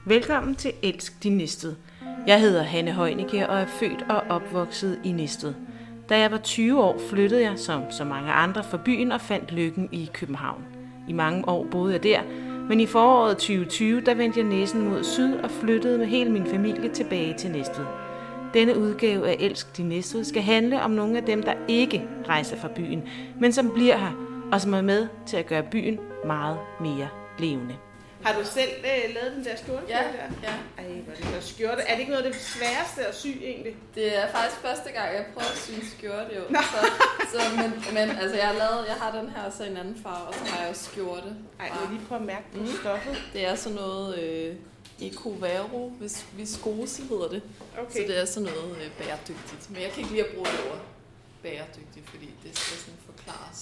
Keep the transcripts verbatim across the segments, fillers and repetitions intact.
Velkommen til Elsk din Næstved. Jeg hedder Hanne Heunicke og er født og opvokset i Næstved. Da jeg var tyve år, flyttede jeg, som så mange andre, fra byen og fandt lykken i København. I mange år boede jeg der, men i foråret tyve tyve, der vendte jeg næsen mod syd og flyttede med hele min familie tilbage til Næstved. Denne udgave af Elsk din Næstved skal handle om nogle af dem, der ikke rejser fra byen, men som bliver her, og som er med til at gøre byen meget mere levende. Har du selv øh, lavet den der skjorte? Ja, der? ja. Ej, hvor er det godt skjorte. Er det ikke noget af det sværeste at sy egentlig? Det er faktisk første gang, jeg prøver at sy en skjorte, jo. Så, så, men, men altså, jeg har, lavet, jeg har den her så i en anden farve, og så har jeg jo skjorte. Ej, jeg vil lige prøve at mærke på mm. stoffet. Det er sådan noget øh, Ecovero, hvis viskose hedder det. Okay. Så det er sådan noget øh, bæredygtigt. Men jeg kan ikke lide at bruge det over bæredygtigt, fordi det skal sådan forklares.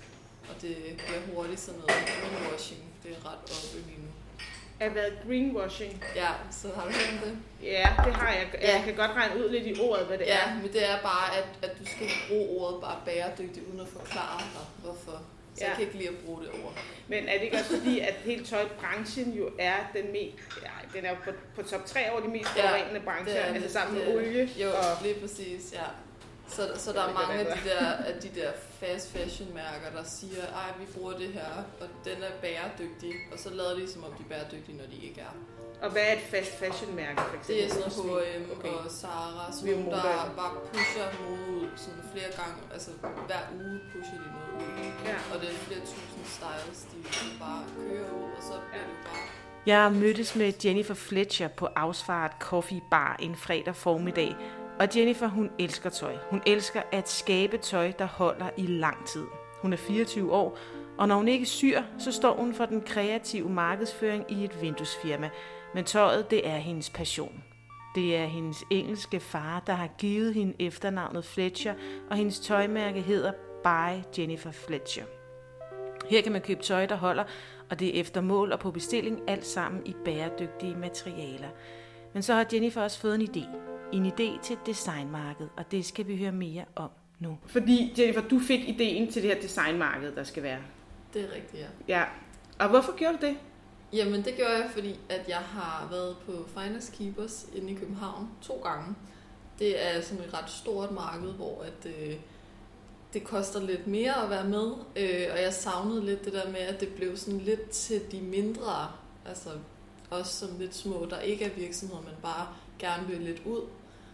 Og det bliver hurtigt sådan noget greenwashing. Det er ret oppe lige nu. Er været greenwashing? Ja, så har du hørt det? Ja, det har jeg. Jeg ja. kan godt regne ud lidt i ordet, hvad det ja, er. Ja, men det er bare, at, at du skal bruge ordet bare bæredygtigt, uden at forklare dig, hvorfor. Så ja. Jeg kan ikke lide at bruge det ord. Men er det ikke også fordi, at hele tøjbranchen jo er den mest, ja, den er jo på, på top tre over de mest forurenende ja, brancher, altså sammen med olie. Jo, og lige præcis, ja. Så, så der er mange af de der, af de der fast fashion mærker, der siger, ej, vi bruger det her, og den er bæredygtig, og så lader de som om de er bæredygtige, når de ikke er. Og hvad er et fast fashion mærke, for eksempel? Det er sådan noget H og M okay. og Zara, sådan nogle, der bare pusher mode ud sådan flere gange, altså hver uge pusher de noget ud. Ja. Og det er flere tusind styles, de bare kører ud, og så bliver ja. det bare... Jeg mødtes med Jennifer Fletcher på Ausfahrt Coffee Bar en fredag formiddag. Og Jennifer, hun elsker tøj. Hun elsker at skabe tøj, der holder i lang tid. Hun er fireogtyve år, og når hun ikke syr, så står hun for den kreative markedsføring i et vinduesfirma. Men tøjet, det er hendes passion. Det er hendes engelske far, der har givet hende efternavnet Fletcher, og hendes tøjmærke hedder By Jennifer Fletcher. Her kan man købe tøj, der holder, og det er efter mål og på bestilling, alt sammen i bæredygtige materialer. Men så har Jennifer også fået en idé. En idé til et designmarked, og det skal vi høre mere om nu. Fordi, Jennifer, du fik ideen til det her designmarked, der skal være. Det er rigtigt, ja. Ja. Og hvorfor gjorde du det? Jamen, det gjorde jeg, fordi at jeg har været på Finders Keepers inde i København to gange. Det er sådan et ret stort marked, hvor at, øh, det koster lidt mere at være med, øh, og jeg savnede lidt det der med, at det blev sådan lidt til de mindre, altså også som lidt små, der ikke er virksomheder, men bare gerne vil lidt ud.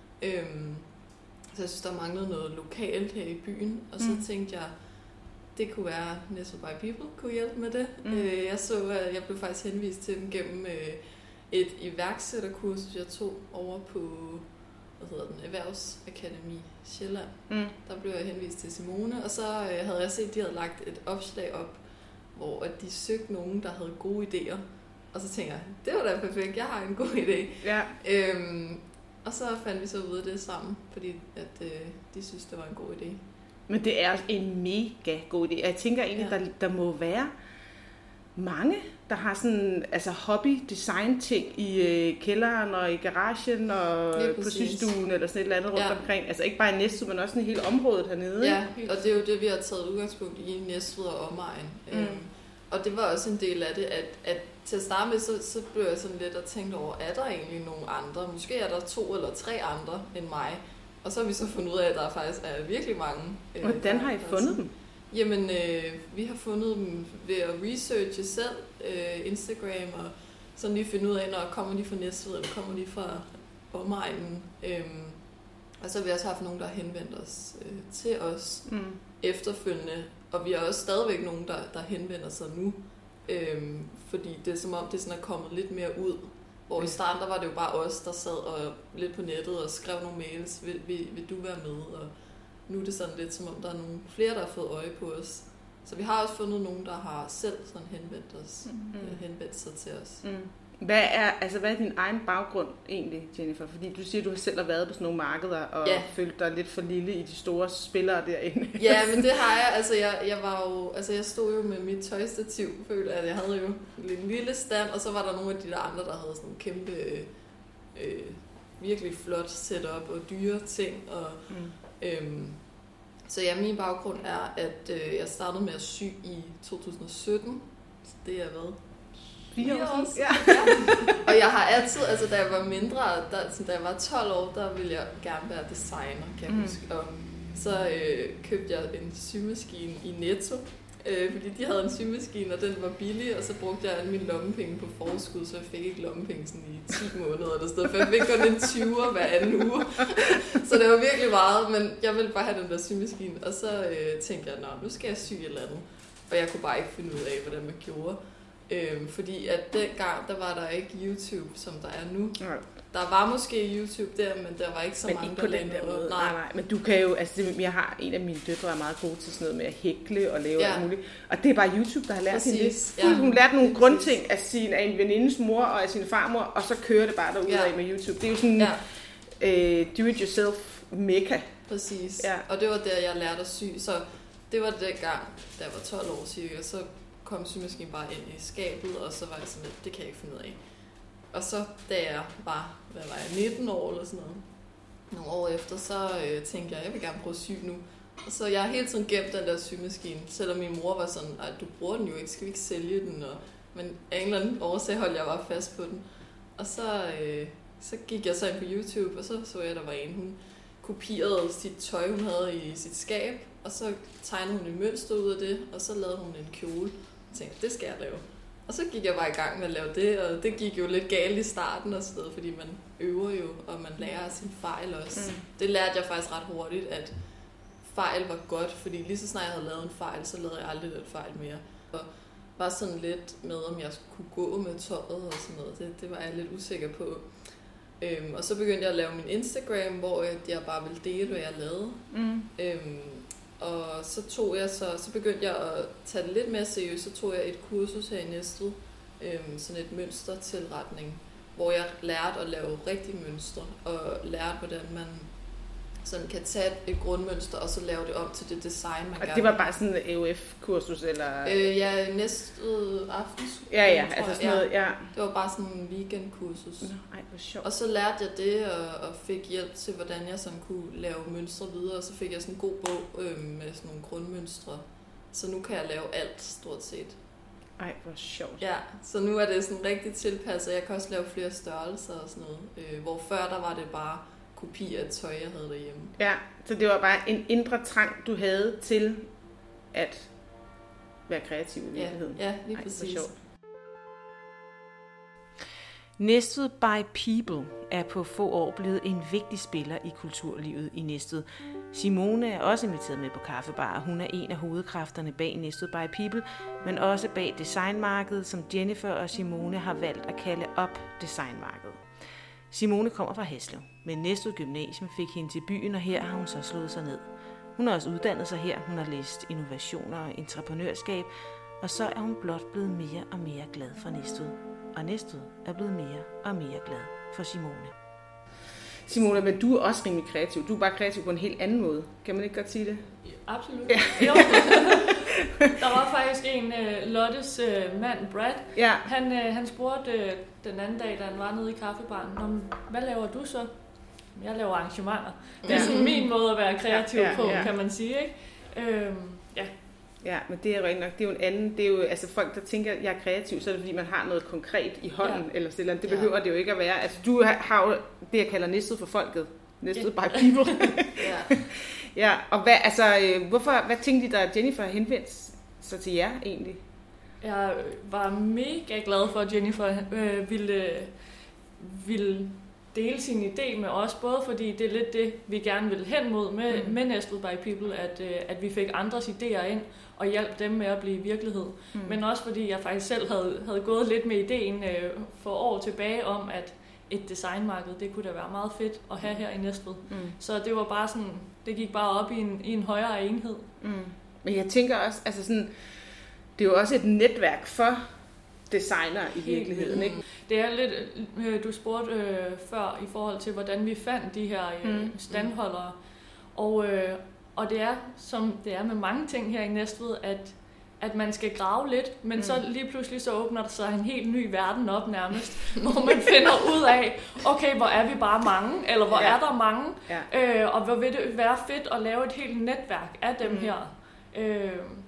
Øhm, så jeg synes, der manglede noget lokalt her i byen, og så mm. tænkte jeg, det kunne være Næstved by People kunne hjælpe med det. Mm. Øh, jeg så, at jeg blev faktisk henvist til dem gennem øh, et iværksætterkursus, jeg tog over på hvad hedder den, Erhvervsakademi Sjælland. Mm. Der blev jeg henvist til Simone, og så øh, havde jeg set, at de havde lagt et opslag op, hvor at de søgte nogen, der havde gode idéer. Og så tænker jeg, det var da perfekt, jeg har en god idé. Ja. Øhm, og så fandt vi så ud af det sammen, fordi at, øh, de synes, det var en god idé. Men det er en mega god idé. Jeg tænker egentlig, ja. der, der må være mange, der har sådan altså hobby-design-ting i øh, kælderen og i garagen og på systuen eller sådan et eller andet rundt ja. omkring. Altså ikke bare i Næstved, men også i hele området hernede. Ja, og det er jo det, vi har taget udgangspunkt i Næstved og omegn. Mm. Øhm, og det var også en del af det, at, at til at starte med, så, så blev jeg sådan lidt og tænkte over, er der egentlig nogle andre? Måske er der to eller tre andre end mig. Og så har vi så fundet ud af, at der faktisk er virkelig mange. Øh, Hvordan har I fundet dem? Jamen, øh, vi har fundet dem ved at researche selv, øh, Instagram, og sådan lige finde ud af, når kommer de fra Næstved, eller kommer de fra omegnen. Øhm, og så har vi også haft nogen, der har henvendt os øh, til os mm. efterfølgende. Og vi har også stadigvæk nogen, der, der henvender sig nu. Øhm, fordi det er som om, det sådan er kommet lidt mere ud. Hvor i starten, der var det jo bare os, der sad og lidt på nettet og skrev nogle mails. Vil, vil, vil du være med? Og nu er det sådan lidt som om, der er nogle flere, der har fået øje på os. Så vi har også fundet nogen, der har selv sådan henvendt, os, mm. henvendt sig til os. Mm. Hvad er, altså, hvad er din egen baggrund egentlig, Jennifer? Fordi du siger, at du selv har været på sådan nogle markeder og ja. følt dig lidt for lille i de store spillere derinde. Ja, men det har jeg. Altså, jeg, jeg, var jo, altså, jeg stod jo med mit tøjstativ, følte at jeg havde jo en lille stand, og så var der nogle af de der andre, der havde sådan en kæmpe, øh, virkelig flot setup og dyre ting. Og, mm. øhm, så ja, min baggrund er, at øh, jeg startede med at sy i to tusind sytten. Det er hvad? Fire år år siden. Ja. Ja. Og jeg har altid, altså da jeg var mindre, der, da jeg var tolv år, der ville jeg gerne være designer, kan jeg mm. huske. Og så øh, købte jeg en symaskine i Netto, øh, fordi de havde en symaskine, og den var billig, og så brugte jeg alle mine lommepenge på forskud, så jeg fik ikke lommepenge sådan i ti måneder eller sådan, for jeg fik kun en tyver hver anden uge. Så det var virkelig meget, men jeg ville bare have den der symaskine, og så øh, tænkte jeg, nå, nu skal jeg sy et eller andet. Og jeg kunne bare ikke finde ud af, hvordan man gjorde. Øhm, fordi at dengang, der var der ikke YouTube, som der er nu. Nej. Der var måske YouTube der, men der var ikke så men mange, ikke på der den der måde. måde. Nej. nej, nej. Men du kan jo, altså det, jeg har en af mine døtre, er meget gode til sådan noget med at hækle og lave ja. alt muligt. Og det er bare YouTube, der har lært hende det. Ja. Hun lærte nogle grundting af, sin, af en venindes mor og af sin farmor, og så kører det bare derudad ja. med YouTube. Det er jo sådan ja. øh, do-it-yourself mekka. Præcis. Ja. Og det var der, jeg lærte at sy. Så det var dengang, da jeg var tolv år cirka, så kom symaskinen bare ind i skabet, og så var jeg sådan lidt, det kan jeg ikke finde ud af. Og så da jeg var, hvad var jeg, nitten år eller sådan noget, nogle år efter, så øh, tænkte jeg, jeg vil gerne prøve at sy nu. Og så jeg har hele tiden gemt den der symaskine, selvom min mor var sådan, at du bruger den jo ikke, skal vi ikke sælge den? Og, men af en eller anden årsag holdt jeg bare fast på den. Og så, øh, så gik jeg så ind på YouTube, og så så jeg, der var en, hun kopierede sit tøj, hun havde i sit skab, og så tegnede hun et mønster ud af det, og så lavede hun en kjole. Jeg tænkte, det skal jeg lave. Og så gik jeg bare i gang med at lave det, og det gik jo lidt galt i starten og sådan noget, fordi man øver jo, og man lærer af sine fejl også. Mm. Det lærte jeg faktisk ret hurtigt, at fejl var godt, fordi lige så snart jeg havde lavet en fejl, så lavede jeg aldrig den fejl mere. Og var sådan lidt med, om jeg kunne gå med tøjet og sådan noget, det, det var jeg lidt usikker på. Øhm, og så begyndte jeg at lave min Instagram, hvor jeg bare ville dele, hvad jeg lavede. Mm. Øhm, Og så tog jeg så, så begyndte jeg at tage det lidt mere seriøst, så tog jeg et kursus her i Næstved, øhm, sådan et mønstertilretning, hvor jeg lærte at lave rigtige mønstre, og lærte, hvordan man sådan kan tage et grundmønster, og så lave det om til det design, man og gerne. Det var bare sådan et A O F-kursus, eller? Øh, ja, Næstved aftens. Ja, ja, altså sådan noget, ja. Det var bare sådan en weekendkursus. Nå, ej, hvor sjovt. Og så lærte jeg det, og, og fik hjælp til, hvordan jeg sådan kunne lave mønstre videre, og så fik jeg sådan en god bog øh, med sådan nogle grundmønstre. Så nu kan jeg lave alt, stort set. Ej, hvor sjovt. Ja, så nu er det sådan rigtig tilpasset. Jeg kan også lave flere størrelser og sådan noget. Øh, hvor før der var det bare kopi af tøj, jeg havde derhjemme. Ja, så det var bare en indre trang, du havde til at være kreativ i virkeligheden. Ja, ja, lige Ej, præcis. Sjovt. Næstved by People er på få år blevet en vigtig spiller i kulturlivet i Næstved. Simone er også inviteret med på kaffebar. Hun er en af hovedkræfterne bag Næstved by People, men også bag designmarkedet, som Jennifer og Simone har valgt at kalde Up Designmarkedet. Simone kommer fra Haslev, men Næstved Gymnasium fik hende til byen, og her har hun så slået sig ned. Hun har også uddannet sig her. Hun har læst innovationer og entreprenørskab, og så er hun blot blevet mere og mere glad for Næstved. Og Næstved er blevet mere og mere glad for Simone. Simone, men du er også rimelig kreativ. Du er bare kreativ på en helt anden måde. Kan man ikke godt sige det? Ja, absolut. Ja. Jo. Der var faktisk en, uh, Lottes uh, mand, Brad. Ja. Han, uh, han spurgte uh, den anden dag, da han var nede i kaffebaren, hvad laver du så? Jeg laver arrangementer. Det er ja. sådan min måde at være kreativ ja, ja, på, ja. kan man sige, ikke? Øhm, ja. Ja, men det er jo nok, det er jo en anden, det er jo, altså folk, der tænker, at jeg er kreativ, så er det fordi, man har noget konkret i hånden, ja. eller sådan. Det behøver ja. det jo ikke at være. Altså, du har jo det, jeg kalder Næstved for folket. Næstved by People. ja. ja, og hvad, altså, hvorfor, hvad tænkte I, da Jennifer henvendte sig til jer egentlig? Jeg var mega glad for, at Jennifer øh, ville, ville dele sin idé med os, både fordi det er lidt det, vi gerne vil hen mod med, mm. med Næstved by People, at, at vi fik andres idéer ind og hjalp dem med at blive virkelighed. Mm. Men også fordi jeg faktisk selv havde, havde gået lidt med ideen øh, for år tilbage om, at et designmarked, det kunne da være meget fedt at have her i Næstved. Mm. Så det var bare sådan, det gik bare op i en, i en højere enhed. Mm. Men jeg tænker også, altså sådan, det er jo også et netværk for designer i virkeligheden, ikke? Det er lidt, du spurgte øh, før i forhold til, hvordan vi fandt de her øh, mm. standholdere. Og, øh, og det er, som det er med mange ting her i Næstved, at, at man skal grave lidt, men mm. så lige pludselig så åbner der sig en helt ny verden op nærmest, hvor man finder ud af, okay, hvor er vi bare mange, eller hvor ja. er der mange, ja. øh, og hvor vil det være fedt at lave et helt netværk af dem mm. her. Øh,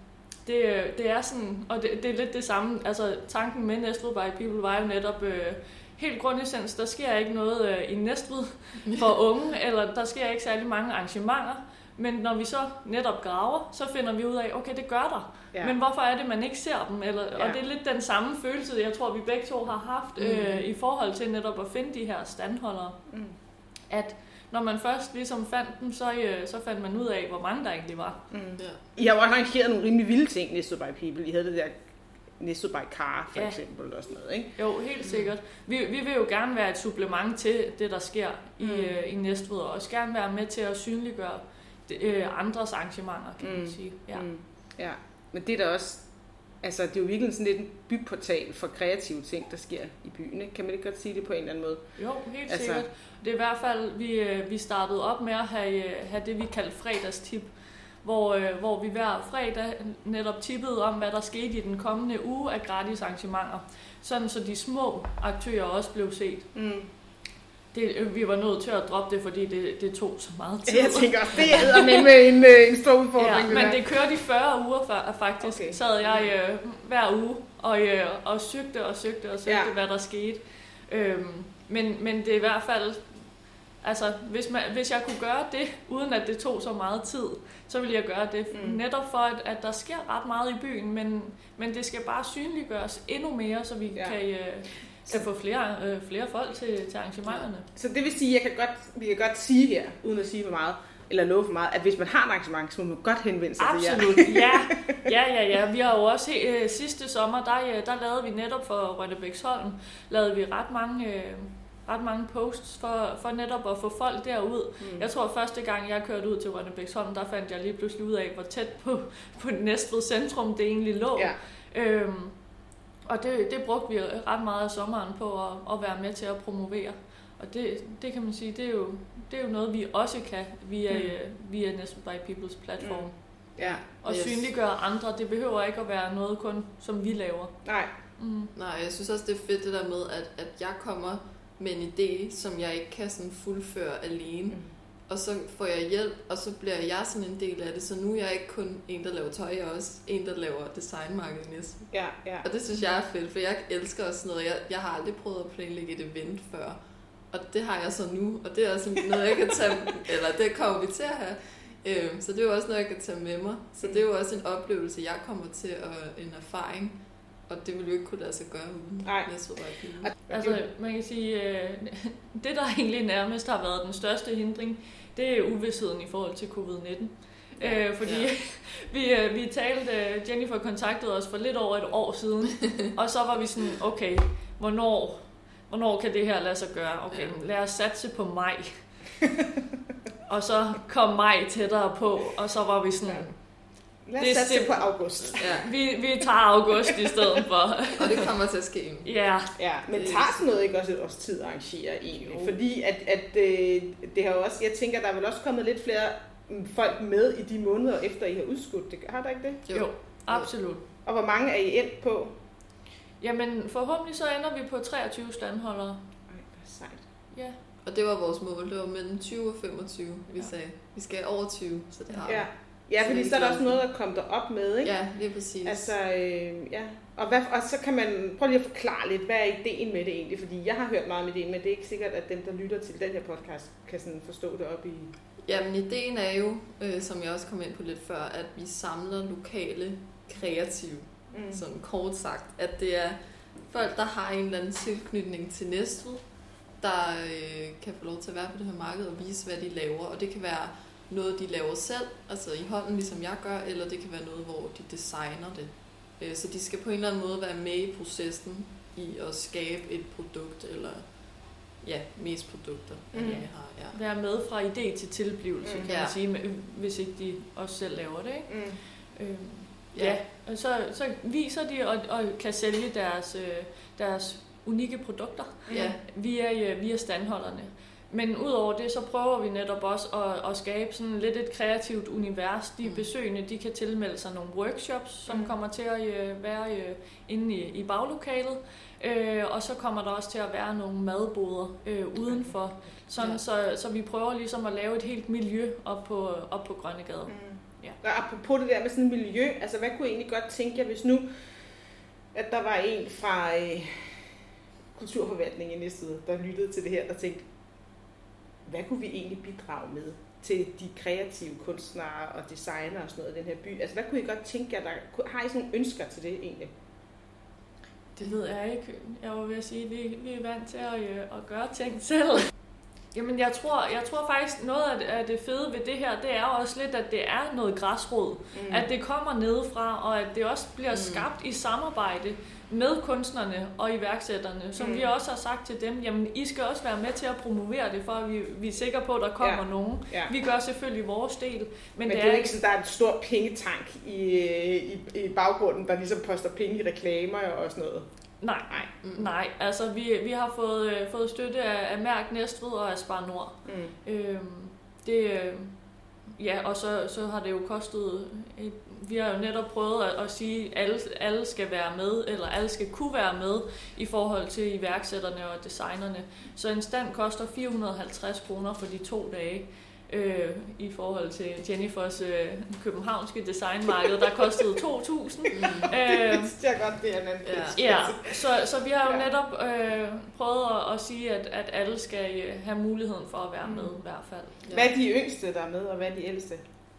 Det, det er sådan, og det, det er lidt det samme, altså tanken med Næstved by People var jo netop øh, helt grundessens, der sker ikke noget øh, i Næstved for unge, eller der sker ikke særlig mange arrangementer, men når vi så netop graver, så finder vi ud af, okay, det gør der, ja. Men hvorfor er det, man ikke ser dem? Eller, ja. Og det er lidt den samme følelse, jeg tror, vi begge to har haft mm. øh, i forhold til netop at finde de her standholdere, mm. at når man først ligesom fandt dem, så, øh, så fandt man ud af, hvor mange der egentlig var. Mm. Ja. I har jo også arrangeret nogle rimelig vilde ting, Næstved by People. I havde det der Næstved by Car, for ja. eksempel, og sådan noget, ikke? Jo, helt sikkert. Vi, vi vil jo gerne være et supplement til det, der sker mm. i, øh, i Næstved, og også gerne være med til at synliggøre det, øh, andres arrangementer, kan mm. man sige. Ja. Mm. Ja, men det er da også, altså det er jo virkelig sådan lidt en byportal for kreative ting, der sker i byen, ikke? Kan man ikke godt sige det på en eller anden måde? Jo, helt altså, sikkert. Det er i hvert fald, vi, vi startede op med at have, have det, vi kaldte fredagstip, hvor, hvor vi hver fredag netop tippede om, hvad der skete i den kommende uge af gratis arrangementer, sådan så de små aktører også blev set. Mm. Det, vi var nødt til at droppe det, fordi det, det tog så meget tid. Jeg tænker også, det er med en, en stor udfordring. Ja, men det kørte i fyrre uger før, faktisk. Okay. Sad jeg øh, hver uge og, øh, og søgte og søgte og søgte, ja. hvad der skete. Øhm, men, men det er i hvert fald, altså hvis, man, hvis jeg kunne gøre det, uden at det tog så meget tid, så ville jeg gøre det. Mm. Netop for, at, at der sker ret meget i byen, men, men det skal bare synliggøres endnu mere, så vi ja. kan... Øh, Så få flere, øh, flere folk til, til arrangementerne. Så det vil sige, at jeg kan godt, vi kan godt sige her, uden at sige for meget, eller love for meget, at hvis man har et arrangement, så må man godt henvende sig til jer. Absolut, ja. ja, ja, ja. Vi har jo også øh, sidste sommer, der, der lavede vi netop for Rønnebæksholm, lavede vi ret mange, øh, ret mange posts for, for netop at få folk derud. Mm. Jeg tror, første gang jeg kørte ud til Rønnebæksholm, der fandt jeg lige pludselig ud af, hvor tæt på, på Næstved centrum det egentlig lå. Ja. Øhm, Og det, det brugte vi ret meget af sommeren på at, at være med til at promovere. Og det, det kan man sige, det er jo, det er jo noget, vi også kan via, mm. via Næstved by Peoples platform. Mm. Ja. Og yes. synliggøre andre. Det behøver ikke at være noget kun, som vi laver. Nej. Mm. Nej, jeg synes også, det er fedt det der med, at, at jeg kommer med en idé, som jeg ikke kan sådan fuldføre alene. Mm. Og så får jeg hjælp, og så bliver jeg sådan en del af det. Så nu er jeg ikke kun en, der laver tøj, jeg er også en, der laver designmarketing. Ja, ja. Og det synes jeg er fedt, for jeg elsker også sådan noget. Jeg, jeg har aldrig prøvet at planlægge et event før. Og det har jeg så nu, og det er også noget, jeg kan tage, eller det kommer vi til at have. Øhm, så det er jo også noget, jeg kan tage med mig. Så det er jo også en oplevelse, jeg kommer til, og en erfaring. Og det vil jo ikke kunne lade sig gøre uden Næstved by People. Altså, man kan sige, det der egentlig nærmest har været den største hindring, det er uvidstheden i forhold til covid nitten. Ja. Øh, fordi ja. vi, vi talte, Jennifer kontaktede os for lidt over et år siden, og så var vi sådan, okay, hvornår, hvornår kan det her lade sig gøre? Okay, ja. lad os satse på maj. Og så kom maj tættere på, og så var vi sådan... Ja. Lad os satse på august. Ja. Vi, vi tager august i stedet for. Og det kommer til at ske. Ja. Ja, men tager sådan noget ikke også et års tid at arrangere egentlig? Jo. Fordi at, at øh, det har jo også, jeg tænker, der er vel også kommet lidt flere folk med i de måneder efter I har udskudt det. Har der ikke det? Jo, jo, absolut. Og hvor mange er I endt på? Jamen forhåbentlig så ender vi på treogtyve standholdere. Ej, det er sejt. Ja. Og det var vores mål. Det var mellem tyve og femogtyve, vi ja. sagde. Vi skal over tyve, så det har vi. Ja. Ja, fordi så er der også noget, der kommer op med, ikke? Ja, lige præcis. Altså, øh, ja. Og, hvad, og så kan man prøve lige at forklare lidt, hvad er ideen med det egentlig? Fordi jeg har hørt meget med det, men det er ikke sikkert, at dem, der lytter til den her podcast, kan sådan forstå det op i... Jamen, ideen er jo, øh, som jeg også kom ind på lidt før, at vi samler lokale kreative, mm. sådan kort sagt. At det er folk, der har en eller anden tilknytning til Næstved, der øh, kan få lov til at være på det her marked og vise, hvad de laver. Og det kan være noget, de laver selv, altså i hånden, ligesom jeg gør, eller det kan være noget, hvor de designer det. Så de skal på en eller anden måde være med i processen i at skabe et produkt, eller ja, mest produkter, mm. jeg har. Ja. Være med fra idé til tilblivelse, mm. kan man sige, hvis ikke de også selv laver det, ikke? Mm. Øhm, ja, ja. Og så, så viser de og, og kan sælge deres, deres unikke produkter mm. via, via standholderne. Men udover det, så prøver vi netop også at, at skabe sådan lidt et kreativt univers. De besøgende, de kan tilmelde sig nogle workshops, som mm. kommer til at øh, være øh, inde i, i baglokalet. Øh, og så kommer der også til at være nogle madboder øh, udenfor. Sådan, ja. så, så vi prøver ligesom at lave et helt miljø op på, op på Grønnegade. Mm. Ja. Og apropos det der med sådan et miljø, altså hvad kunne I egentlig godt tænke jer, hvis nu, at der var en fra øh, kulturforvaltningen i Næstved, der lyttede til det her, der tænkte, hvad kunne vi egentlig bidrage med til de kreative kunstnere og designere og sådan noget i den her by? Altså hvad kunne I godt tænke jer, der, har I sådan nogle ønsker til det egentlig? Det ved jeg ikke. Jeg var ved at sige, at vi, vi er vant til at, øh, at gøre ting selv. Jamen jeg tror, jeg tror faktisk, noget af det fede ved det her, det er også lidt, at det er noget græsrod. Mm. At det kommer nedefra, og at det også bliver mm. skabt i samarbejde med kunstnerne og iværksætterne. Som mm. vi også har sagt til dem, jamen I skal også være med til at promovere det, for at vi, vi er sikre på, at der kommer ja. nogen. Ja. Vi gør selvfølgelig vores del. Men, men det, det er jo ikke sådan, der er en stor pengetank i, i, i baggrunden, der ligesom poster penge i reklamer og sådan noget. Nej, nej, mm. nej. Altså vi, vi har fået, øh, fået støtte af, af Mærk Næstved og af Spar Nord. Mm. Øhm, det, øh, ja, og så, så har det jo kostet, et, vi har jo netop prøvet at, at sige, at alle, alle skal være med, eller alle skal kunne være med i forhold til iværksætterne og designerne. Så en stand koster fire hundrede og halvtreds kroner for de to dage. Øh, i forhold til Jennifers øh, københavnske designmarked, der kostede to tusind. Mm. Det vidste jeg godt, det er en anden ja. ja, så, så vi har jo ja. netop øh, prøvet at, at sige, at, at alle skal have muligheden for at være med mm. i hvert fald. Ja. Hvad er de yngste, der er med, og hvad er de ældste?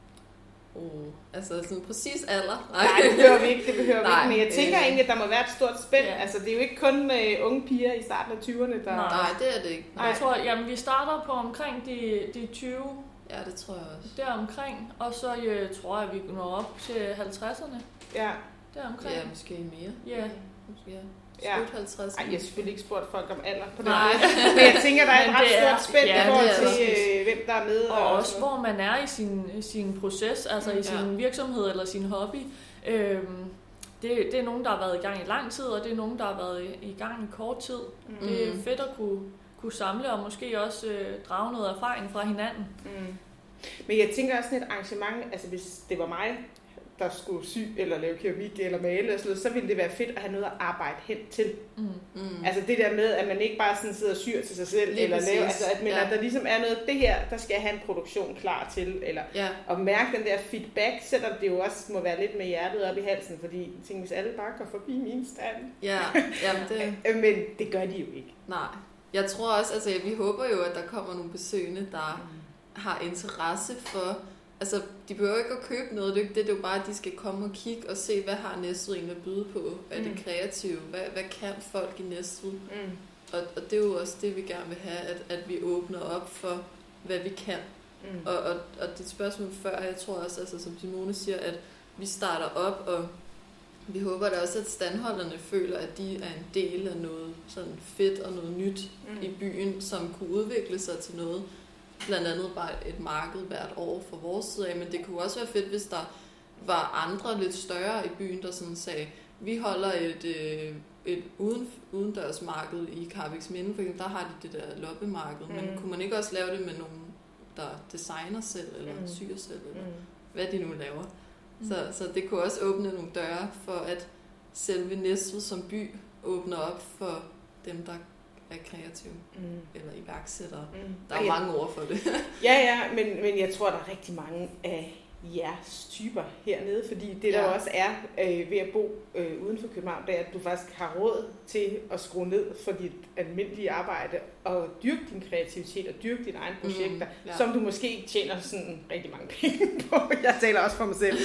Oh, altså sådan præcis alder. Nej, det behøver vi ikke, det behøver vi ikke, men jeg tænker øh, egentlig, at der må være et stort spænd. Ja. Altså, det er jo ikke kun uh, unge piger i starten af tyverne, der... Nej, det er det ikke. Nej. Jeg tror, jamen, vi starter på omkring de, de tyve. Ja, det tror jeg også. Deromkring, og så jeg, tror jeg, vi når op til halvtredserne. Ja. Deromkring. Ja, måske mere. Ja. Måske, ja. Ja. halvtreds. Ej, jeg har selvfølgelig ikke spurgt folk om alder på den måde. Men jeg tænker, der er et ret stort spænd ja, i forhold til, øh, hvem der er med. Og, og også, hvor man er i sin, sin proces, altså mm, i sin ja. virksomhed eller sin hobby. Øhm, det, det er nogen, der har været i gang i lang tid, og det er nogen, der har været i, i gang i kort tid. Mm. Det er fedt at kunne, kunne samle, og måske også øh, drage noget erfaring fra hinanden. Mm. Men jeg tænker også sådan et arrangement, altså hvis det var mig, der skulle sy eller lave keramik eller male og sådan noget, så ville det være fedt at have noget at arbejde hen til. Mm. Mm. Altså det der med, at man ikke bare sådan sidder og syr til sig selv, lige eller lave, altså at, men ja. at der ligesom er noget, det her, der skal jeg have en produktion klar til, eller ja. at mærke den der feedback, selvom det jo også må være lidt med hjertet op i halsen, fordi tænk, hvis alle bare går forbi min stand. Ja, jamen det... men det gør de jo ikke. Nej. Jeg tror også, altså vi håber jo, at der kommer nogle besøgende, der mm. har interesse for. Altså, de behøver ikke at købe noget, det, det er jo bare, at de skal komme og kigge og se, hvad har Næstved egentlig at byde på? Hvad er det kreative? Hvad, hvad kan folk i Næstved? Mm. Og, og det er jo også det, vi gerne vil have, at, at vi åbner op for, hvad vi kan. Mm. Og, og, og det spørgsmål før, jeg tror også, altså, som Simone siger, at vi starter op, og vi håber da også, at standholderne føler, at de er en del af noget sådan fedt og noget nyt mm. i byen, som kunne udvikle sig til noget. Blandt andet bare et marked hvert år fra vores side af, men det kunne også være fedt, hvis der var andre lidt større i byen, der sådan sagde, vi holder et, et uden, udendørsmarked i Karrebæksminde, for eksempel, der har de det der loppemarked, mm. men kunne man ikke også lave det med nogen, der designer selv, eller mm. syr selv, eller mm. hvad de nu laver. Mm. Så, så det kunne også åbne nogle døre for, at selve Næstved som by åbner op for dem, der er kreative, mm. eller iværksættere. Mm. Der er jo mange ord for det. ja, ja, men, men jeg tror, der er rigtig mange af jeres typer hernede, fordi det, der ja. også er øh, ved at bo øh, uden for København, det er, at du faktisk har råd til at skrue ned for dit almindelige arbejde, og dyrke din kreativitet, og dyrke dine egne projekter, mm, ja. som du måske ikke tjener sådan rigtig mange penge på. Jeg taler også for mig selv.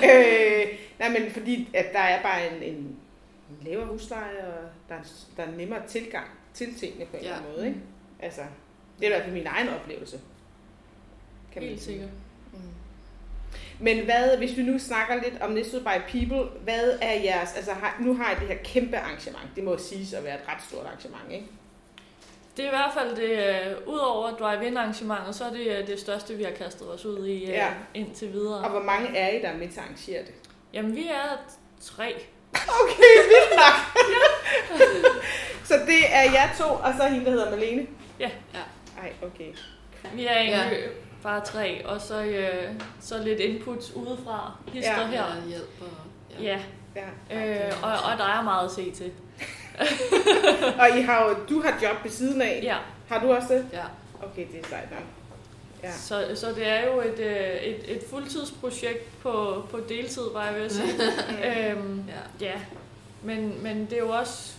øh, nej, men fordi at der er bare en, en lavere husleje, og der er, der er nemmere tilgang til tingene på en ja. eller anden måde. Ikke? Altså, det er i hvert fald min egen oplevelse. Kan Helt sikkert. Mm. Men hvad, hvis vi nu snakker lidt om Næstved by People, hvad er jeres, altså har, nu har I det her kæmpe arrangement, det må siges at være et ret stort arrangement, ikke? Det er i hvert fald det, uh, udover drive-in-arrangementet, så er det det største, vi har kastet os ud i uh, ja. indtil videre. Og hvor mange er I, der er med til at arrangere det? Jamen, vi er tre. Okay, vildt nok! Så det er jer to, og så hende, der hedder Malene? Ja. ja. Ej, okay. Vi er egentlig ja. bare tre, og så, øh, så lidt input udefra, hister ja. her. Ja, hjælp og... Ja. ja. ja. Øh, og, og der er meget at se til. Og I har jo, du har job ved siden af. Ja. Har du også det? Ja. Okay, det er sejt nok. Ja. Så, så det er jo et, et, et fuldtidsprojekt på, på deltid, var jeg ved at sige. øhm, ja. ja. Men, men det er jo også,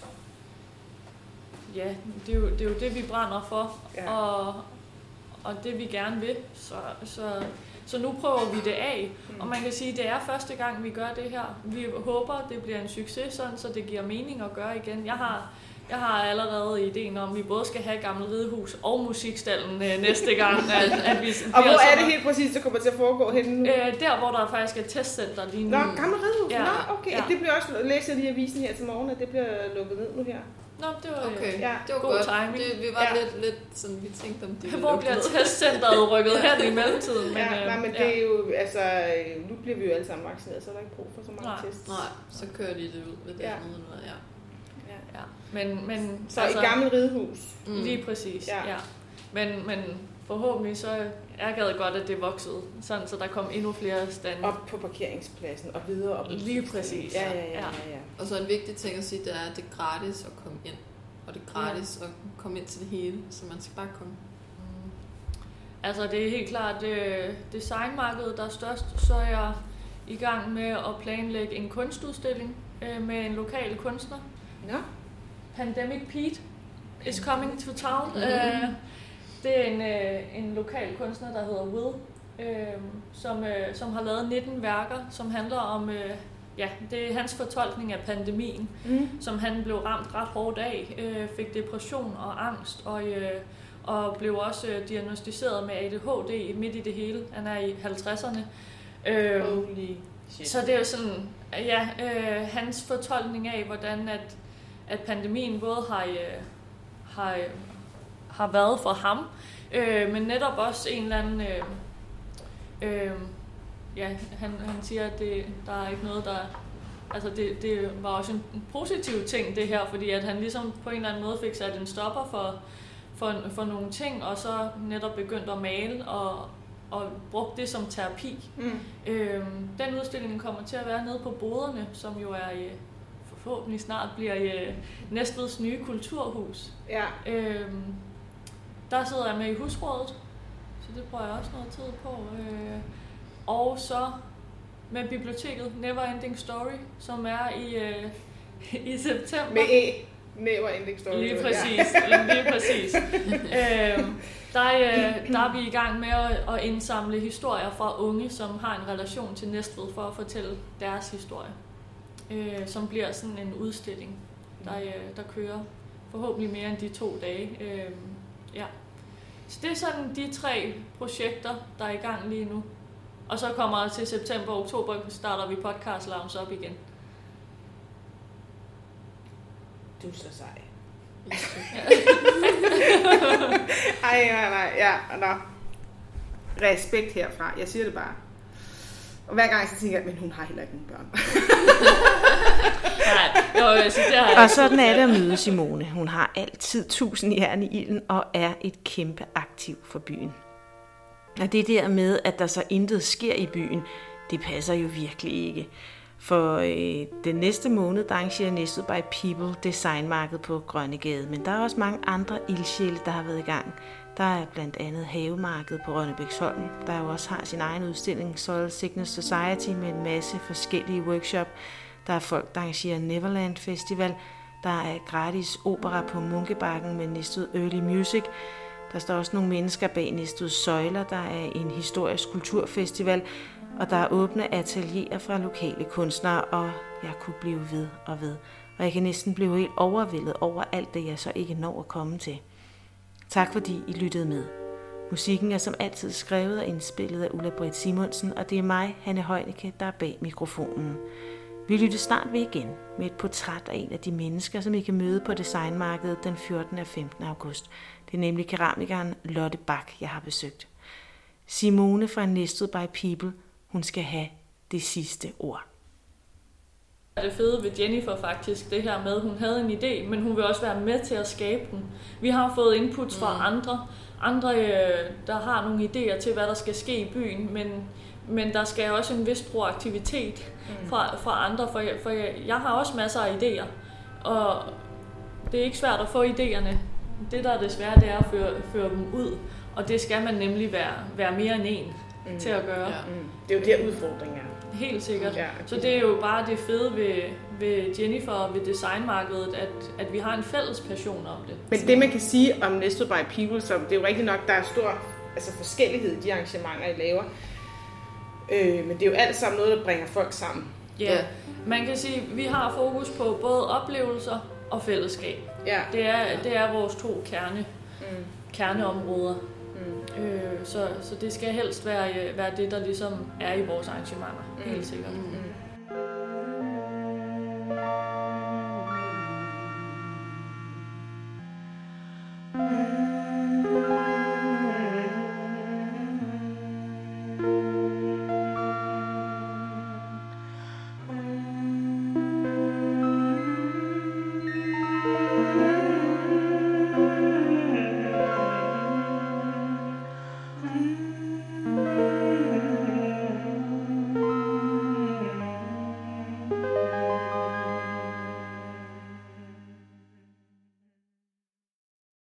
ja, det er jo det, er jo det vi brænder for, ja. og, og det vi gerne vil. Så, så, så nu prøver vi det af, mm. og man kan sige, at det er første gang, vi gør det her. Vi håber, det bliver en succes, sådan, så det giver mening at gøre igen. Jeg har Jeg har allerede ideen om, at vi både skal have Gammel Ridehus og Musikstallen øh, næste gang. At, at vi og hvor er det helt præcis, det kommer til at foregå henne? Øh, der, hvor der faktisk er testcenter lige nu. Nå, Gammel Ridehus? Ja, Nå, okay. Ja. Det bliver også læst lige i avisen her til morgen, at det bliver lukket ned nu her. Nå, det var, okay. ja, det var god godt. timing. Det, vi var ja. lidt, lidt sådan, vi tænkte om det. Hvor bliver testcenteret rykket hen i mellemtiden? Men, ja, øh, nej, men ja. det er jo, altså, nu bliver vi jo alle sammen vaccineret, så er der ikke brug for så mange nej. tests. Nej, så kører de det ud ved det ja. andet noget, ja. Ja. Men, men, så altså, i Gammel Ridehus. Mm. Lige præcis, ja. ja. Men, men forhåbentlig så er det godt, at det voksede, sådan så der kom endnu flere stande. Op på parkeringspladsen og videre op. Lige præcis. Ja, ja, ja, ja, ja. Og så en vigtig ting at sige, det er, at det er gratis at komme ind. Og det er gratis ja. at komme ind til det hele, så man skal bare komme. Mm. Altså det er helt klart det designmarkedet, der er størst, så er jeg i gang med at planlægge en kunstudstilling øh, med en lokal kunstner. Ja. Pandemic Pete is coming to town. Mm-hmm. Uh, det er en, uh, en lokal kunstner, der hedder Will, uh, som, uh, som har lavet nitten værker, som handler om, uh, ja, det er hans fortolkning af pandemien, mm. som han blev ramt ret hårdt af, uh, fik depression og angst, og, uh, og blev også uh, diagnosticeret med A D H D midt i det hele. Han er i halvtredserne. Uh, Holy shit. Så det er jo sådan, ja, uh, hans fortolkning af, hvordan at at pandemien både har, øh, har, øh, har været for ham, øh, men netop også en eller anden, øh, øh, ja, han, han siger, at det, der er ikke noget, der, altså det, det var også en positiv ting det her, fordi at han ligesom på en eller anden måde fik sat en stopper for, for, for nogle ting, og så netop begyndte at male og, og brugte det som terapi. Mm. Øh, den udstilling kommer til at være nede på Boderne, som jo er i forhåbentlig snart bliver øh, Næstveds nye kulturhus. Ja. Øhm, der sidder jeg med i husrådet, så det bruger jeg også noget tid på. Øh, og så med biblioteket Neverending Story, som er i, øh, i september. Med E. Neverending Story. Lige præcis. Ja. Lige præcis. øhm, der, øh, der er vi i gang med at, at indsamle historier fra unge, som har en relation til Næstved, for at fortælle deres historie. Øh, som bliver sådan en udstilling, der, øh, der kører forhåbentlig mere end de to dage. Øh, ja. Så det er sådan de tre projekter, der er i gang lige nu. Og så kommer til september og oktober, starter vi Podcast Lounge op igen. Du er så sej. Ej, nej, nej, ja, nå. Respekt herfra, jeg siger det bare. Og hver gang så tænker jeg, men hun har heller ikke nogen børn. Nej, jo, jeg synes, det har jeg. Og sådan er det at møde Simone. Hun har altid tusind jern i ilden og er et kæmpe aktiv for byen. Og det der med, at der så intet sker i byen, det passer jo virkelig ikke. For øh, den næste måned, der arrangerer Næstved by People designmarked på Grønnegade. Men der er også mange andre ildsjæle, der har været i gang. Der er blandt andet Havemarkedet på Rønnebæksholm, der jo også har sin egen udstilling, Soil Sickness Society, med en masse forskellige workshop. Der er folk, der arrangerer Neverland Festival. Der er gratis opera på Munkebakken med Næstved Early Music. Der står også nogle mennesker bag Næstved Søjler, der er en historisk kulturfestival. Og der er åbne atelierer fra lokale kunstnere, og jeg kunne blive ved og ved. Og jeg kan næsten blive helt overvældet over alt det, jeg så ikke når at komme til. Tak fordi I lyttede med. Musikken er som altid skrevet og indspillet af Ulla Britt Simonsen, og det er mig, Hanne Heunicke, der er bag mikrofonen. Vi lytter snart ved igen med et portræt af en af de mennesker, som I kan møde på designmarkedet den fjortende og femtende august. Det er nemlig keramikeren Lotte Bak, jeg har besøgt. Simone fra Næstved by People, hun skal have det sidste ord. Det fede ved Jennifer faktisk, det her med, at hun havde en idé, men hun vil også være med til at skabe den. Vi har fået inputs fra mm. andre, andre der har nogle idéer til, hvad der skal ske i byen, men, men der skal også en vis proaktivitet mm. fra, fra andre, for, jeg, for jeg, jeg har også masser af idéer, og det er ikke svært at få idéerne. Det der er det svære, det er at føre, føre dem ud. Og det skal man nemlig være, være mere end en mm. til at gøre. Ja. Mm. Det er jo der udfordringen er. Helt sikkert. Ja. Så det er jo bare det fede ved, ved Jennifer og ved designmarkedet, at, at vi har en fælles passion om det. Men det man kan sige om Nested by People, så det er jo rigtig nok, der er stor altså forskellighed i de arrangementer, I laver. Øh, men det er jo alt sammen noget, der bringer folk sammen. Ja, yeah. Man kan sige, at vi har fokus på både oplevelser og fællesskab. Ja. Det er, det er vores to kerne, mm. kerneområder. Mm. Øh, så, så det skal helst være, være det, der ligesom er i vores arrangementer. Mm. Helt sikkert. Mm.